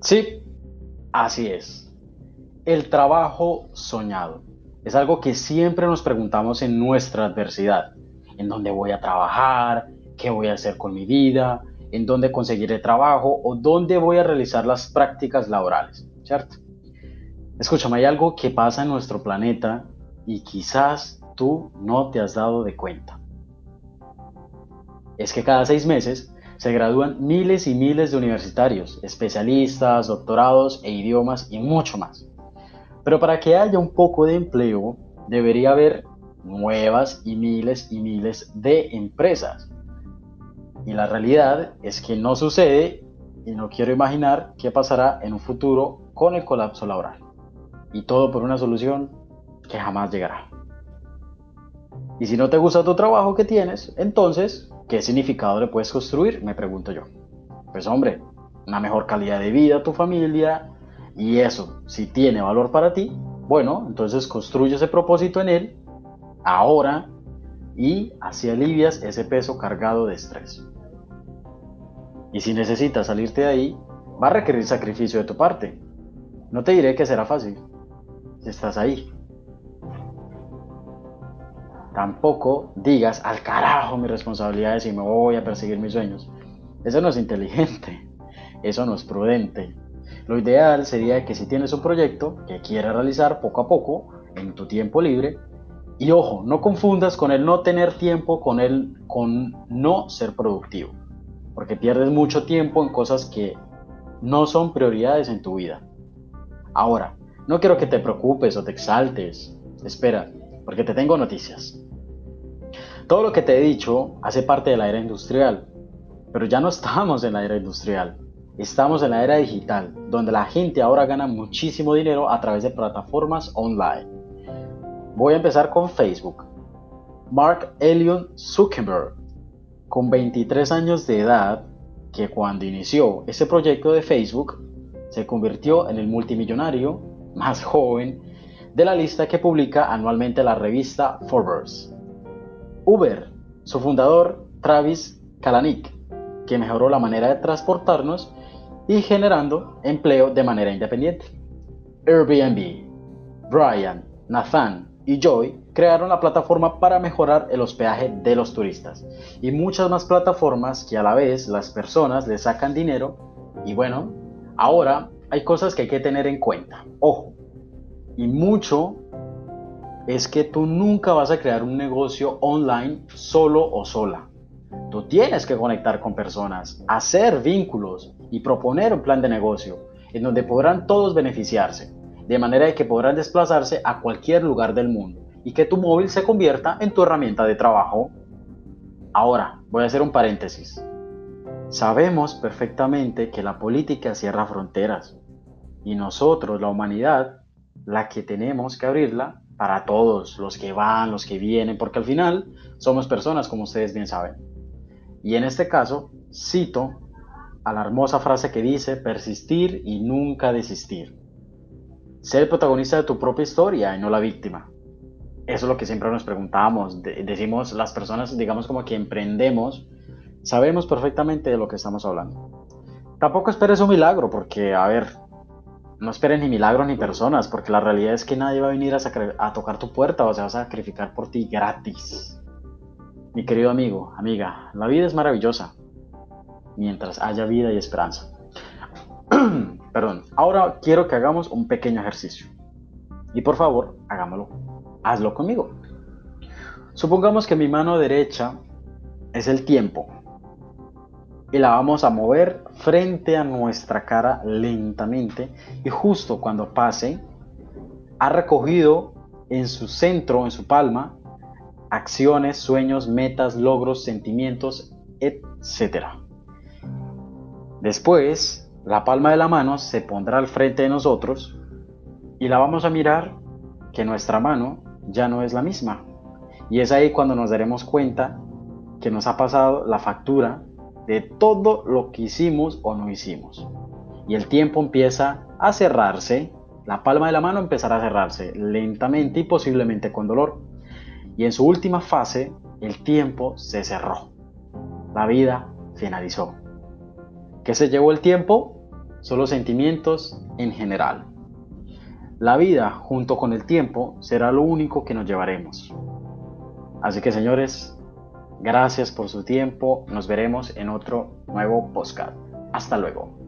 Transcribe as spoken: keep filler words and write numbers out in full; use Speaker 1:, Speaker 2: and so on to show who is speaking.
Speaker 1: Sí, así es. El trabajo soñado es algo que siempre nos preguntamos en nuestra adversidad. ¿En dónde voy a trabajar? ¿Qué voy a hacer con mi vida? ¿En dónde conseguiré trabajo? ¿O dónde voy a realizar las prácticas laborales? ¿Cierto? Escúchame, hay algo que pasa en nuestro planeta y quizás tú no te has dado de cuenta. Es que cada seis meses se gradúan miles y miles de universitarios, especialistas, doctorados e idiomas y mucho más. Pero para que haya un poco de empleo, debería haber nuevas y miles y miles de empresas. Y la realidad es que no sucede y no quiero imaginar qué pasará en un futuro con el colapso laboral. Y todo por una solución que jamás llegará. Y si no te gusta tu trabajo que tienes, entonces, ¿qué significado le puedes construir? Me pregunto yo. Pues hombre, una mejor calidad de vida a tu familia y eso, si tiene valor para ti, bueno, entonces construye ese propósito en él, ahora, y así alivias ese peso cargado de estrés. Y si necesitas salirte de ahí, va a requerir sacrificio de tu parte. No te diré que será fácil, si estás ahí. Tampoco digas, al carajo mis responsabilidades y me voy a perseguir mis sueños. Eso no es inteligente, eso no es prudente. Lo ideal sería que si tienes un proyecto que quieras realizar poco a poco, en tu tiempo libre, y ojo, no confundas con el no tener tiempo con el con no ser productivo, porque pierdes mucho tiempo en cosas que no son prioridades en tu vida. Ahora, no quiero que te preocupes o te exaltes. Espera, porque te tengo noticias. Todo lo que te he dicho hace parte de la era industrial, pero ya no estamos en la era industrial. Estamos en la era digital, donde la gente ahora gana muchísimo dinero a través de plataformas online. Voy a empezar con Facebook. Mark Elliot Zuckerberg, con veintitrés años de edad, que cuando inició ese proyecto de Facebook, se convirtió en el multimillonario más joven de la lista que publica anualmente la revista Forbes. Uber, su fundador Travis Kalanick, que mejoró la manera de transportarnos y generando empleo de manera independiente. Airbnb, Brian, Nathan y Joy crearon la plataforma para mejorar el hospedaje de los turistas y muchas más plataformas que a la vez las personas le sacan dinero y bueno, ahora hay cosas que hay que tener en cuenta. Ojo, y mucho es que tú nunca vas a crear un negocio online solo o sola. Tú tienes que conectar con personas, hacer vínculos y proponer un plan de negocio en donde podrán todos beneficiarse, de manera de que podrán desplazarse a cualquier lugar del mundo y que tu móvil se convierta en tu herramienta de trabajo. Ahora, voy a hacer un paréntesis. Sabemos perfectamente que la política cierra fronteras y nosotros, la humanidad, la que tenemos que abrirla para todos, los que van, los que vienen, porque al final somos personas, como ustedes bien saben. Y en este caso, cito a la hermosa frase que dice, persistir y nunca desistir. Ser el protagonista de tu propia historia y no la víctima. Eso es lo que siempre nos preguntamos. De- decimos las personas, digamos como que emprendemos, sabemos perfectamente de lo que estamos hablando. Tampoco esperes un milagro, porque, a ver, no esperes ni milagros ni personas, porque la realidad es que nadie va a venir a, sacri- a tocar tu puerta o se va a sacrificar por ti gratis. Mi querido amigo, amiga, la vida es maravillosa mientras haya vida y esperanza. Perdón, ahora quiero que hagamos un pequeño ejercicio. Y por favor, hagámoslo. Hazlo conmigo. Supongamos que mi mano derecha es el tiempo y la vamos a mover frente a nuestra cara lentamente y justo cuando pase, ha recogido en su centro, en su palma, acciones, sueños, metas, logros, sentimientos, etcétera. Después, la palma de la mano se pondrá al frente de nosotros y la vamos a mirar que nuestra mano ya no es la misma. Y es ahí cuando nos daremos cuenta que nos ha pasado la factura de todo lo que hicimos o no hicimos. Y el tiempo empieza a cerrarse, la palma de la mano empezará a cerrarse lentamente y posiblemente con dolor. Y en su última fase, el tiempo se cerró. La vida finalizó. ¿Qué se llevó el tiempo? solo sentimientos en general. La vida, junto con el tiempo, será lo único que nos llevaremos. Así que, señores, gracias por su tiempo. Nos veremos en otro nuevo podcast. Hasta luego.